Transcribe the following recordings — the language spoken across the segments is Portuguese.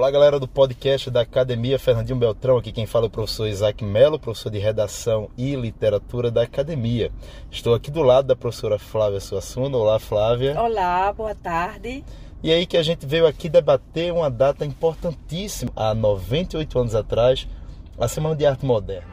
Fala galera do podcast da Academia Fernandinho Beltrão, aqui quem fala é o professor Isaac Melo, professor de Redação e Literatura da Academia. Estou aqui do lado da professora Flávia Suassuna. Olá, Flávia. Olá, boa tarde. E aí que a gente veio aqui debater uma data importantíssima, há 98 anos atrás, a Semana de Arte Moderna.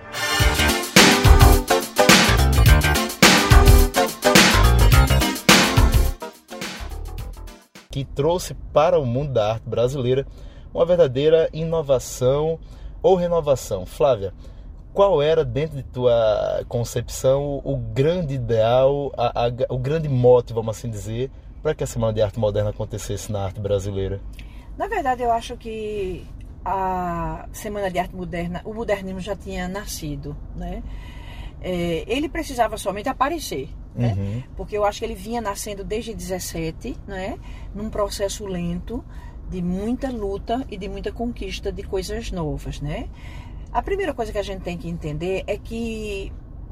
Que trouxe para o mundo da arte brasileira uma verdadeira inovação ou renovação. Flávia, qual era, dentro de tua concepção, o grande ideal, o grande mote, vamos assim dizer, para que a Semana de Arte Moderna acontecesse na arte brasileira? Na verdade, eu acho que a Semana de Arte Moderna, o modernismo já tinha nascido, né? Ele precisava somente aparecer, né? Uhum. Porque eu acho que ele vinha nascendo desde 17, né? Num processo lento de muita luta e de muita conquista de coisas novas, né? A primeira coisa que a gente tem que entender é que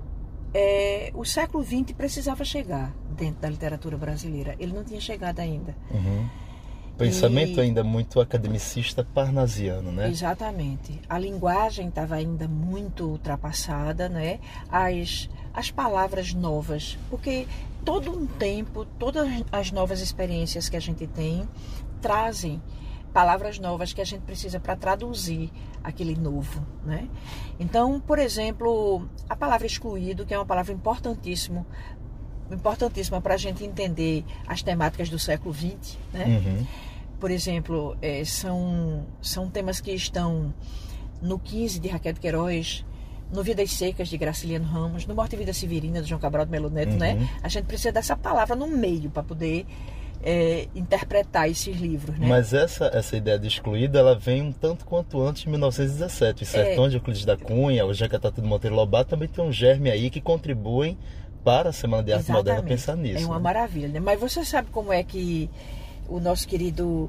o século XX precisava chegar dentro da literatura brasileira. Ele não tinha chegado ainda. Uhum. Pensamento ainda muito academicista parnasiano, né? Exatamente. A linguagem estava ainda muito ultrapassada, né? As palavras novas, porque todo um tempo, todas as novas experiências que a gente tem trazem palavras novas que a gente precisa para traduzir aquele novo, né? Então, por exemplo, a palavra excluído, que é uma palavra importantíssima para a gente entender as temáticas do século XX, né? Uhum. Por exemplo, são temas que estão no 15 de Raquel de Queiroz, no Vidas Secas de Graciliano Ramos, no Morte e Vida Severina de João Cabral de Melo Neto, uhum. né? A gente precisa dessa palavra no meio para poder interpretar esses livros, né? Mas essa ideia de excluída, ela vem um tanto quanto antes de 1917. Os Sertões de Euclides da Cunha, o Jacatatu de Monteiro Lobato também tem um germe aí que contribuem para a Semana de Arte Moderna pensar nisso. É uma maravilha, né? Mas você sabe como é que o nosso querido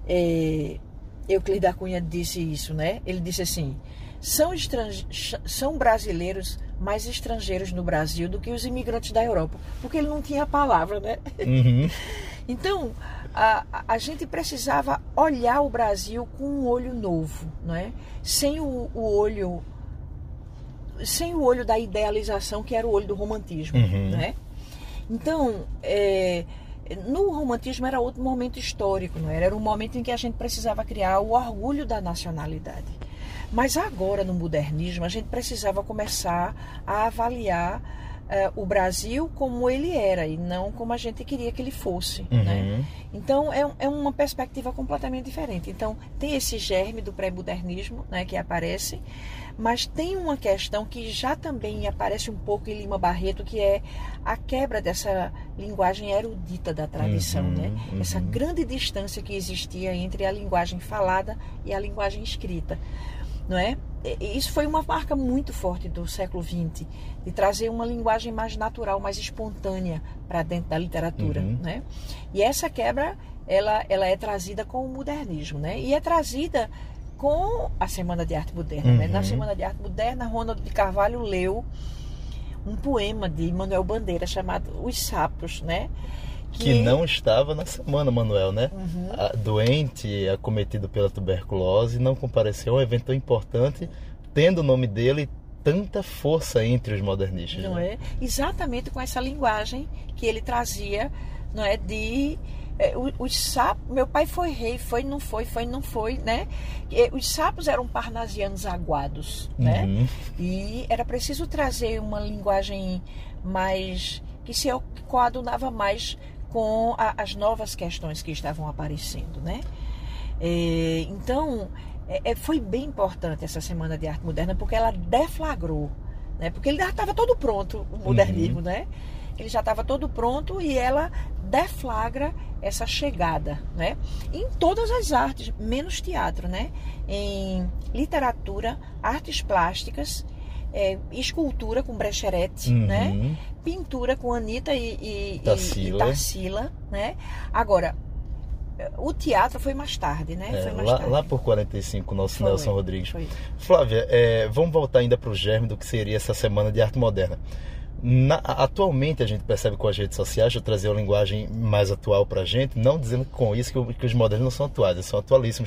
Euclides da Cunha disse isso, né? Ele disse assim: são brasileiros mais estrangeiros no Brasil do que os imigrantes da Europa, porque ele não tinha a palavra, né? Uhum. Então, a gente precisava olhar o Brasil com um olho novo, né? Sem o olho da idealização, que era o olho do romantismo, uhum. né? Então, no romantismo era outro momento histórico, não era? Era um momento em que a gente precisava criar o orgulho da nacionalidade. Mas agora, no modernismo, a gente precisava começar a avaliar o Brasil como ele era e não como a gente queria que ele fosse, uhum. né? Então, é uma perspectiva completamente diferente. Então, tem esse germe do pré-modernismo, né, que aparece, mas tem uma questão que já também aparece um pouco em Lima Barreto, que é a quebra dessa linguagem erudita da tradição, uhum, né? Uhum. Essa grande distância que existia entre a linguagem falada e a linguagem escrita, não é? Isso foi uma marca muito forte do século XX, de trazer uma linguagem mais natural, mais espontânea para dentro da literatura, uhum. né? E essa quebra, ela é trazida com o modernismo, né? E é trazida com a Semana de Arte Moderna, uhum. né? Na Semana de Arte Moderna, Ronald de Carvalho leu um poema de Manuel Bandeira chamado Os Sapos, né? Que não estava na semana, Manuel, né? Uhum. Doente, acometido pela tuberculose, não compareceu a um evento tão importante, tendo o nome dele tanta força entre os modernistas. Não né? é? Exatamente com essa linguagem que ele trazia, não é? Os sapos, meu pai foi rei, não foi, né? Os sapos eram parnasianos aguados, né? Uhum. E era preciso trazer uma linguagem mais, que se coadunava mais com as novas questões que estavam aparecendo, né? Então, foi bem importante essa Semana de Arte Moderna, porque ela deflagrou, né? Porque ele já estava todo pronto, o modernismo, uhum. né? Ele já estava todo pronto e ela deflagra essa chegada, né? Em todas as artes, menos teatro, né? Em literatura, artes plásticas, escultura com Brecheret, uhum. né? Pintura com Anitta e Tarsila, né? Agora, o teatro foi mais tarde, né? Foi mais tarde. Lá por 45, o nosso Nelson Rodrigues. Foi. Flávia, vamos voltar ainda para o germe do que seria essa Semana de Arte Moderna. Atualmente a gente percebe com as redes sociais, eu trazer uma linguagem mais atual para a gente, não dizendo com isso que os modernos não são atuais, eles são atualíssimos,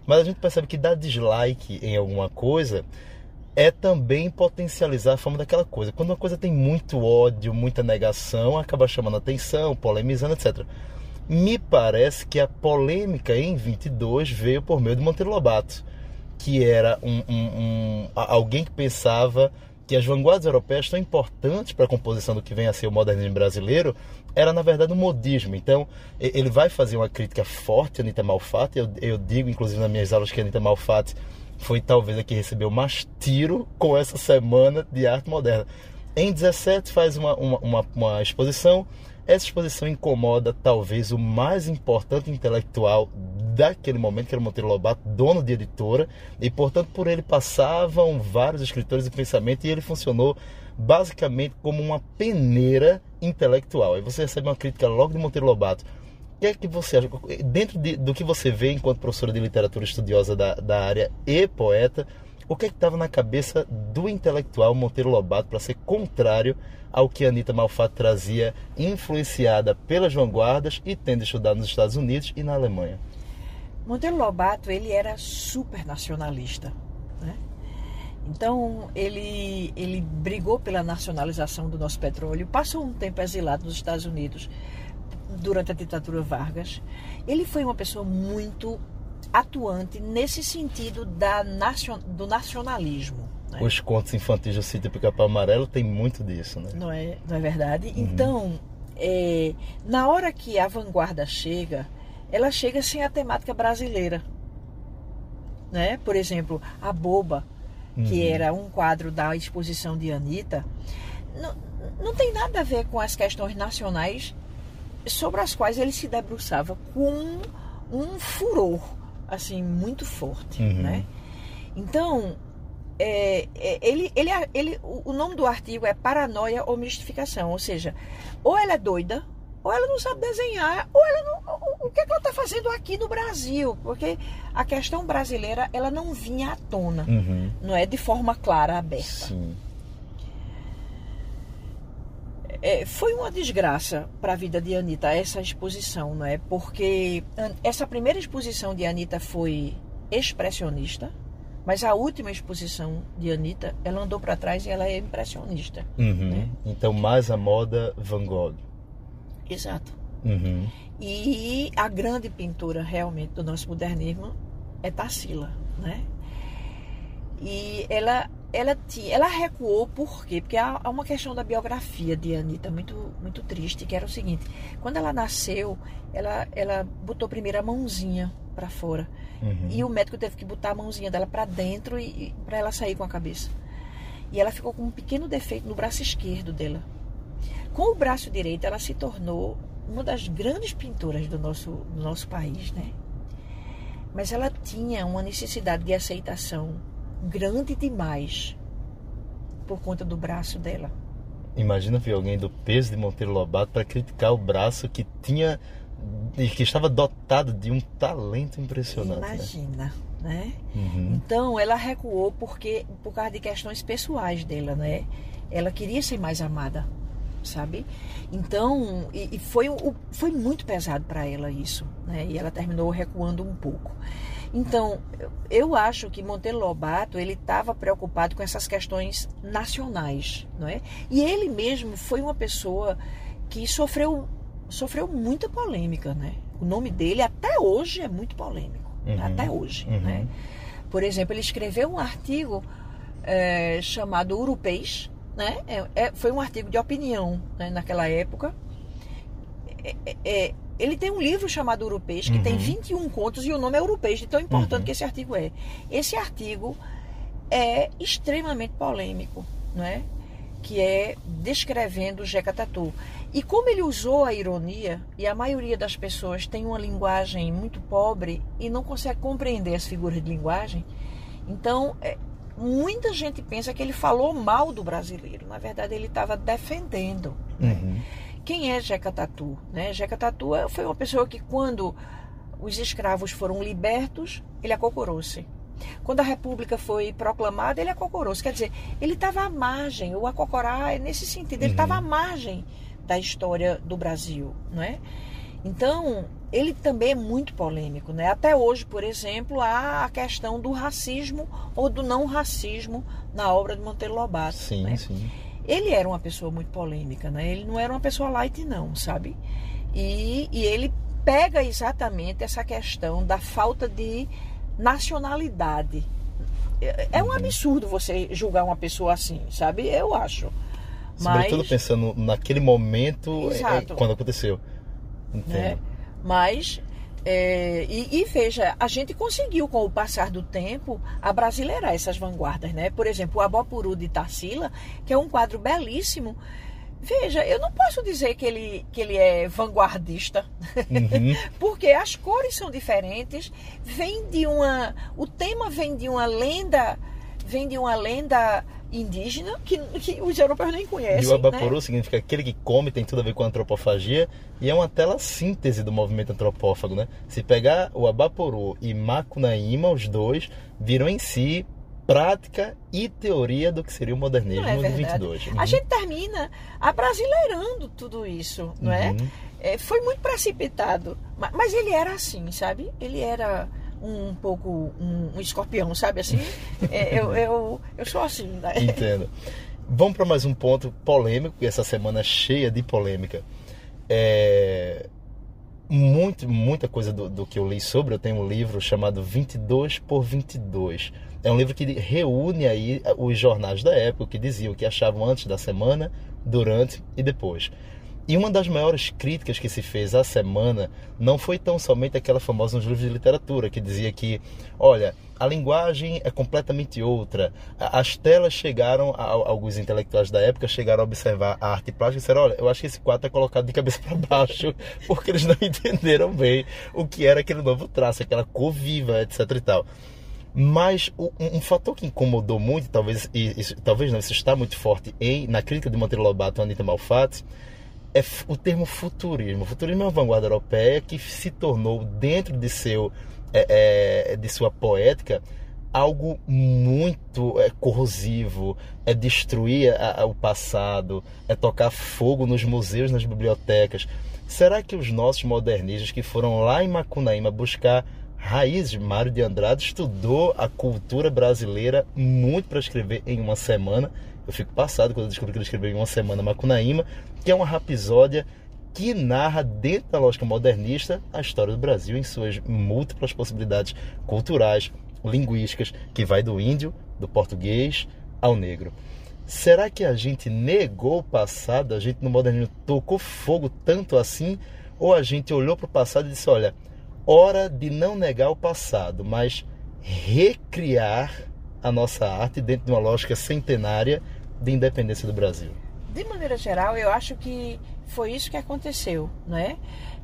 Mas a gente percebe que dar dislike em alguma coisa é também potencializar a forma daquela coisa. Quando uma coisa tem muito ódio, muita negação, acaba chamando atenção, polemizando, etc. Me parece que a polêmica em 22 veio por meio de Monteiro Lobato, que era alguém que pensava que as vanguardas europeias tão importantes para a composição do que vem a ser o modernismo brasileiro era, na verdade, um modismo. Então, ele vai fazer uma crítica forte a Anita Malfatti. Eu digo, inclusive, nas minhas aulas, que a Anita Malfatti foi talvez a que recebeu mais tiro com essa semana de arte moderna. Em 17 faz uma exposição. Essa exposição incomoda talvez o mais importante intelectual daquele momento, que era o Monteiro Lobato, dono de editora, e portanto por ele passavam vários escritores de pensamento, e ele funcionou basicamente como uma peneira intelectual. Aí você recebe uma crítica logo de Monteiro Lobato. O que é que você acha, dentro do que você vê enquanto professora de literatura estudiosa da área e poeta, o que é que estava na cabeça do intelectual Monteiro Lobato para ser contrário ao que Anita Malfatti trazia, influenciada pelas vanguardas e tendo estudado nos Estados Unidos e na Alemanha? Monteiro Lobato, ele era super nacionalista, né? Então, ele brigou pela nacionalização do nosso petróleo, passou um tempo exilado nos Estados Unidos durante a ditadura Vargas. Ele foi uma pessoa muito atuante nesse sentido do nacionalismo, né? Os contos infantis do Sítio Pica-Pau Amarelo tem muito disso, né? Não é verdade? Uhum. Então, na hora que a vanguarda chega, ela chega sem a temática brasileira, né? Por exemplo, A Boba, que era um quadro da exposição de Anita, não tem nada a ver com as questões nacionais sobre as quais ele se debruçava com um furor assim muito forte, né? Então, o nome do artigo é Paranoia ou Mistificação, ou seja, ou ela é doida, ou ela não sabe desenhar, ou ela não, o que é que ela está fazendo aqui no Brasil? Porque a questão brasileira, ela não vinha à tona, não é de forma clara, aberta. Sim. Foi uma desgraça para a vida de Anita essa exposição, não é? Porque essa primeira exposição de Anita foi expressionista, mas a última exposição de Anita, ela andou para trás e ela é impressionista. Né? Então, mais a moda Van Gogh. Exato. E a grande pintora realmente do nosso modernismo é Tarsila, né? E ela recuou por quê? Porque há uma questão da biografia de Anita muito, muito triste, que era o seguinte: quando ela nasceu, ela botou primeiro a mãozinha para fora, e o médico teve que botar a mãozinha dela para dentro e para ela sair com a cabeça. E ela ficou com um pequeno defeito no braço esquerdo dela. Com o braço direito, ela se tornou uma das grandes pintoras do nosso país, né? Mas ela tinha uma necessidade de aceitação grande demais por conta do braço dela. Imagina ver alguém do peso de Monteiro Lobato para criticar o braço que tinha e que estava dotado de um talento impressionante. Imagina, né? Então ela recuou por causa de questões pessoais dela, né? Ela queria ser mais amada, sabe? Então, e foi muito pesado para ela isso, né? E ela terminou recuando um pouco. Então, eu acho que Monteiro Lobato, ele estava preocupado com essas questões nacionais, não é? E ele mesmo foi uma pessoa que sofreu muita polêmica, né? O nome dele até hoje é muito polêmico, até hoje, né? Por exemplo, ele escreveu um artigo chamado Urupês, né? Foi um artigo de opinião, né? Naquela época. Ele tem um livro chamado Urupês, que tem 21 contos e o nome é Urupês, de tão importante que esse artigo é. Esse artigo é extremamente polêmico, não é? Que é descrevendo Jeca Tatu. E como ele usou a ironia, e a maioria das pessoas tem uma linguagem muito pobre e não consegue compreender as figuras de linguagem, então muita gente pensa que ele falou mal do brasileiro. Na verdade, ele estava defendendo, né? Quem é Jeca Tatu? Né? Jeca Tatu foi uma pessoa que, quando os escravos foram libertos, ele acocorou-se. Quando a República foi proclamada, ele acocorou-se. Quer dizer, ele estava à margem. O acocorar é nesse sentido. Ele estava à margem da história do Brasil, não é? Então, ele também é muito polêmico, né? Até hoje, por exemplo, há a questão do racismo ou do não racismo na obra de Monteiro Lobato. Sim, né? sim. Ele era uma pessoa muito polêmica, né? Ele não era uma pessoa light, não, sabe? E ele pega exatamente essa questão da falta de nacionalidade. É um absurdo você julgar uma pessoa assim, sabe? Eu acho. Sobretudo pensando naquele momento, quando aconteceu. Entendo. Né? Mas, e veja, a gente conseguiu, com o passar do tempo, abrasileirar essas vanguardas, né? Por exemplo, o Abapuru de Tarsila, que é um quadro belíssimo. Veja, eu não posso dizer que ele é vanguardista, porque as cores são diferentes, o tema vem de uma lenda indígena que os europeus nem conhecem. E o Abapuru, né? significa aquele que come, tem tudo a ver com a antropofagia, e é uma tela síntese do movimento antropófago, né? Se pegar o Abapuru e Macunaíma, os dois viram em si prática e teoria do que seria o modernismo de 22. A gente termina abrasileirando tudo isso, não é? Foi muito precipitado, mas ele era assim, sabe? Ele era um pouco um escorpião, sabe assim? Eu sou assim, né? Entendo. Vamos para mais um ponto polêmico, e essa semana é cheia de polêmica. Muita coisa do que eu li sobre, eu tenho um livro chamado 22 por 22. É um livro que reúne aí os jornais da época, que diziam o que achavam antes da semana, durante e depois. E uma das maiores críticas que se fez à semana não foi tão somente aquela famosa nos livros de literatura, que dizia que, olha, a linguagem é completamente outra. As telas chegaram, alguns intelectuais da época chegaram a observar a arte plástica e disseram, olha, eu acho que esse quadro está colocado de cabeça para baixo, porque eles não entenderam bem o que era aquele novo traço, aquela cor viva, etc e tal. Mas um fator que incomodou muito, talvez não, isso está muito forte na crítica de Monteiro Lobato e Anita Malfatti, é o termo futurismo. O futurismo é uma vanguarda europeia que se tornou, dentro de sua poética, algo muito corrosivo, é destruir o passado, é tocar fogo nos museus, nas bibliotecas. Será que os nossos modernistas que foram lá em Macunaíma buscar raízes, Mário de Andrade estudou a cultura brasileira muito para escrever em uma semana? Eu fico passado quando eu descobri que ele escreveu em uma semana Macunaíma, que é uma rapsódia que narra, dentro da lógica modernista, a história do Brasil em suas múltiplas possibilidades culturais, linguísticas, que vai do índio, do português ao negro. Será que a gente negou o passado? A gente no modernismo tocou fogo tanto assim? Ou a gente olhou para o passado e disse, olha, hora de não negar o passado, mas recriar a nossa arte dentro de uma lógica centenária de independência do Brasil? De maneira geral, eu acho que foi isso que aconteceu, não é?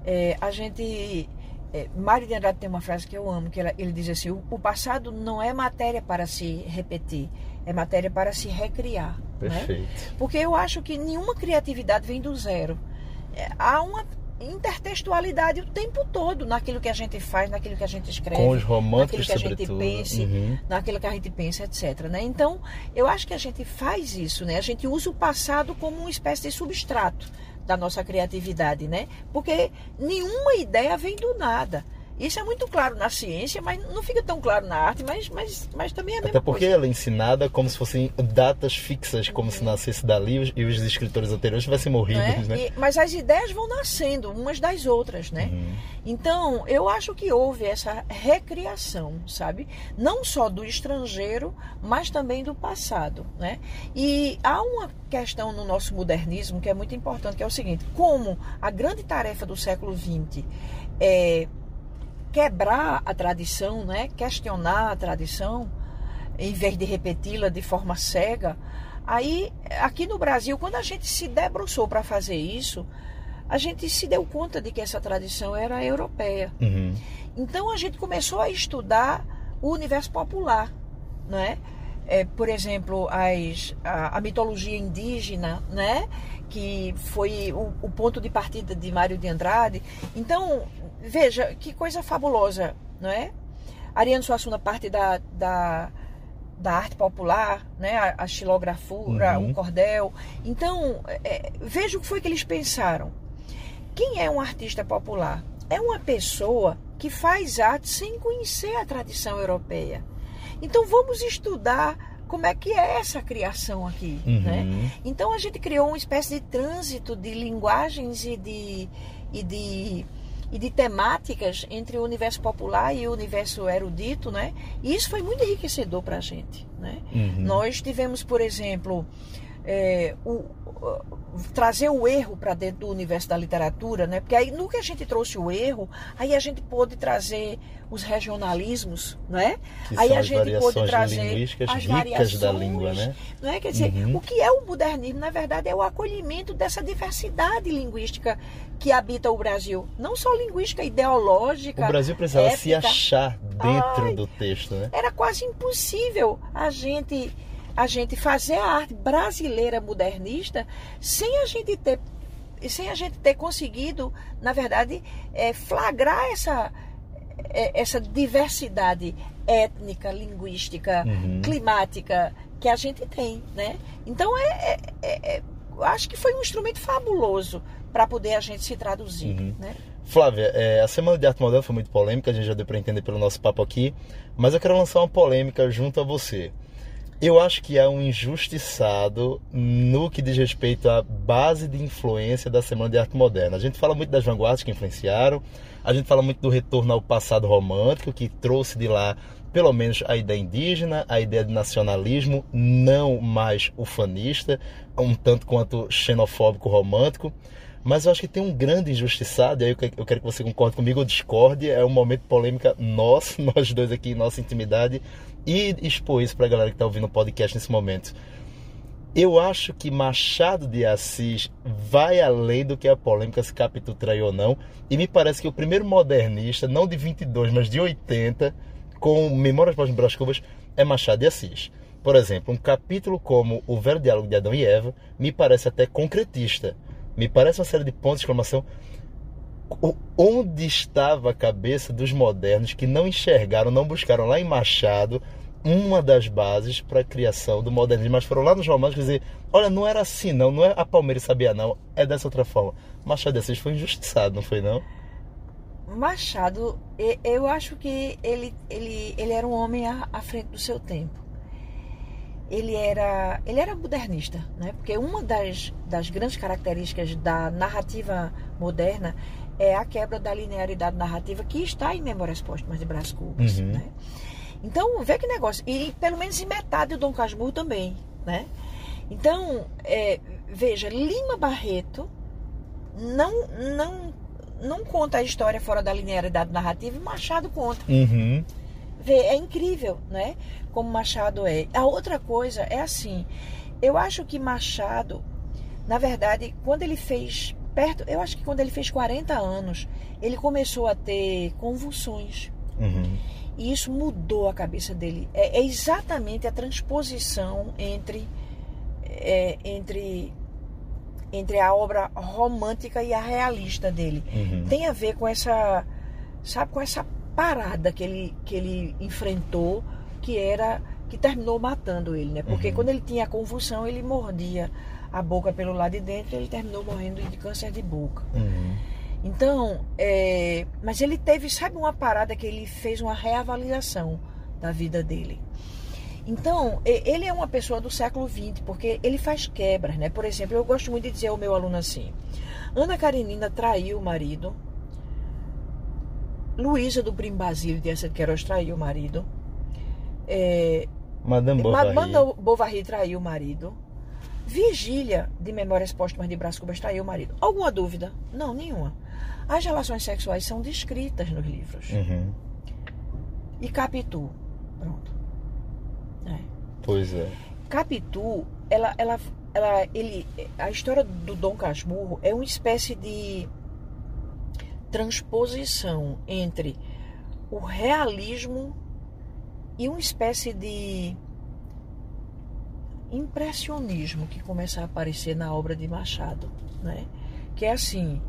Mário de Andrade tem uma frase que eu amo, que ele diz assim, o passado não é matéria para se repetir, é matéria para se recriar. Perfeito. Né? Porque eu acho que nenhuma criatividade vem do zero. Há uma intertextualidade o tempo todo naquilo que a gente faz, naquilo que a gente escreve, com os românticos, naquilo que a gente pensa, naquilo que a gente pensa, etc. Né? Então, eu acho que a gente faz isso, né? A gente usa o passado como uma espécie de substrato da nossa criatividade, né? Porque nenhuma ideia vem do nada. Isso é muito claro na ciência, mas não fica tão claro na arte, mas também é a mesma Até porque coisa. ela é ensinada como se fossem datas fixas, como se nascesse dali e os escritores anteriores tivessem morrido, né? Mas as ideias vão nascendo umas das outras, né? Então, eu acho que houve essa recriação, sabe? Não só do estrangeiro, mas também do passado, né? E há uma questão no nosso modernismo que é muito importante, que é o seguinte, como a grande tarefa do século XX é quebrar a tradição, né? Questionar a tradição, em vez de repeti-la de forma cega. Aí, aqui no Brasil, quando a gente se debruçou para fazer isso, a gente se deu conta de que essa tradição era europeia. Então, a gente começou a estudar o universo popular, né? Por exemplo, a mitologia indígena, né? Que foi o ponto de partida de Mário de Andrade. Então, veja, que coisa fabulosa, não é? Ariano Suassuna parte da arte popular, né? A xilografura, o cordel. Então, veja o que foi que eles pensaram. quem é um artista popular? É uma pessoa que faz arte sem conhecer a tradição europeia. Então vamos estudar como é que é essa criação aqui, né? Então a gente criou uma espécie de trânsito de linguagens e de temáticas entre o universo popular e o universo erudito, né? E isso foi muito enriquecedor para a gente, né? Nós tivemos, por exemplo, trazer o erro para dentro do universo da literatura, né? Porque aí no que a gente trouxe o erro, aí a gente pôde trazer os regionalismos, né? Que aí são a as gente pôde trazer linguísticas as ricas variações da língua, né? Não é? Quer dizer, o que é o modernismo, na verdade, é o acolhimento dessa diversidade linguística que habita o Brasil. Não só linguística, ideológica. O Brasil precisava ética. se achar dentro do texto, né? Era quase impossível a gente fazer a arte brasileira modernista sem a gente ter conseguido, na verdade, flagrar essa diversidade étnica, linguística, climática que a gente tem, né? Então, eu acho que foi um instrumento fabuloso para poder a gente se traduzir, né? Flávia, a Semana de Arte Moderna foi muito polêmica, a gente já deu para entender pelo nosso papo aqui, mas eu quero lançar uma polêmica junto a você. Eu acho que há um injustiçado no que diz respeito à base de influência da Semana de Arte Moderna. A gente fala muito das vanguardas que influenciaram, a gente fala muito do retorno ao passado romântico, que trouxe de lá, pelo menos, a ideia indígena, a ideia de nacionalismo, não mais ufanista, um tanto quanto xenofóbico romântico. Mas eu acho que tem um grande injustiçado, e aí eu quero que você concorde comigo ou discorde, é um momento polêmica nosso, nós dois aqui em nossa intimidade, e expor isso para a galera que está ouvindo o podcast nesse momento. Eu acho que Machado de Assis vai além do que a polêmica se Capitu traiu ou não, e me parece que o primeiro modernista, não de 22, mas de 80, com Memórias Pós Brás Cubas, é Machado de Assis. Por exemplo, um capítulo como O Velho Diálogo de Adão e Eva me parece até concretista. Me parece uma série de pontos de exclamação. Onde estava a cabeça dos modernos que não enxergaram, não buscaram lá em Machado uma das bases para a criação do modernismo, mas foram lá nos românticos dizer, olha, não era assim não é a Palmeiras sabia não, é dessa outra forma. Machado de Assis foi injustiçado, não foi não? Machado, eu acho que ele era um homem à frente do seu tempo. Ele era modernista, né? Porque uma das grandes características da narrativa moderna é a quebra da linearidade narrativa que está em Memórias Póstumas de Brás Cubas, né? Então, vê que negócio. E pelo menos em metade do Dom Casmurro também, né? Então, veja, Lima Barreto não conta a história fora da linearidade narrativa e Machado conta. Vê, é incrível, né? Como Machado é. A outra coisa é assim, eu acho que Machado, na verdade, quando ele fez eu acho que quando ele fez 40 anos, ele começou a ter convulsões. E isso mudou a cabeça dele. É exatamente a transposição entre a obra romântica e a realista dele. Tem a ver com essa, sabe, com essa parada que ele enfrentou, que terminou matando ele, né? Porque quando ele tinha a convulsão, ele mordia a boca pelo lado de dentro, e ele terminou morrendo de câncer de boca. Então, mas ele teve, sabe, uma parada que ele fez uma reavaliação da vida dele. Então, ele é uma pessoa do século XX, porque ele faz quebras, né? Por exemplo, eu gosto muito de dizer ao meu aluno assim, Ana Karenina traiu o marido, Luísa do Primo Basílio de Essa de Queiroz traiu o marido, Madame Bovary traiu o marido, Virgília de Memórias Póstumas de Brás Cubas traiu o marido. Alguma dúvida? Não, nenhuma. As relações sexuais são descritas nos livros. E Capitu, pronto. Pois é. Capitu, a história do Dom Casmurro é uma espécie de transposição entre o realismo e uma espécie de impressionismo que começa a aparecer na obra de Machado, né? Que é assim,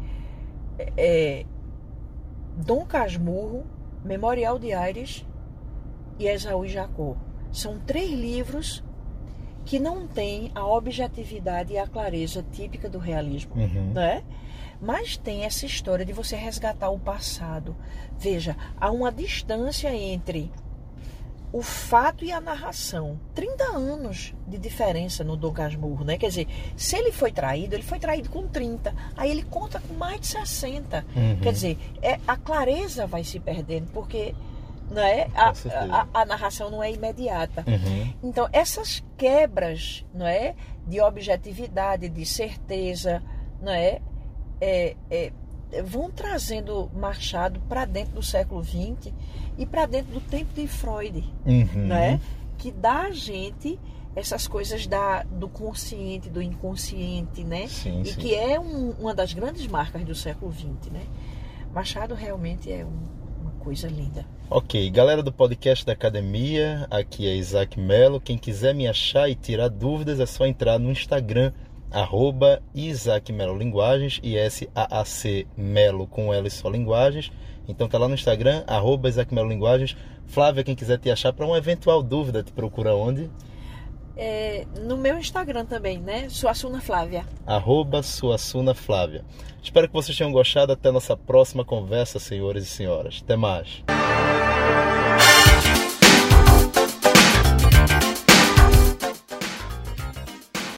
Dom Casmurro, Memorial de Aires e Esaú e Jacó. São 3 livros que não tem a objetividade e a clareza típica do realismo, né? Mas tem essa história de você resgatar o passado. Veja, há uma distância entre o fato e a narração. 30 anos de diferença no Dom Casmurro, né? Quer dizer, se ele foi traído com 30. Aí ele conta com mais de 60. Quer dizer, a clareza vai se perdendo, porque né, a narração não é imediata. Então, essas quebras, não é, de objetividade, de certeza, não é, vão trazendo Machado para dentro do século XX e para dentro do tempo de Freud, né? Que dá a gente essas coisas do consciente, do inconsciente, né? Sim, e que é uma das grandes marcas do século XX, né? Machado realmente é uma coisa linda. Ok, galera do podcast da Academia, aqui é Isaac Melo. Quem quiser me achar e tirar dúvidas é só entrar no Instagram, @Isaac Melo Linguagens, ISAAC Melo com L só Linguagens. Então tá lá no Instagram, @Isaac Melo Linguagens. Flávia, quem quiser te achar para uma eventual dúvida, te procura onde? No meu Instagram também, né? Suassuna Flávia. @Suassuna Flávia. Espero que vocês tenham gostado. Até a nossa próxima conversa, senhores e senhoras. Até mais.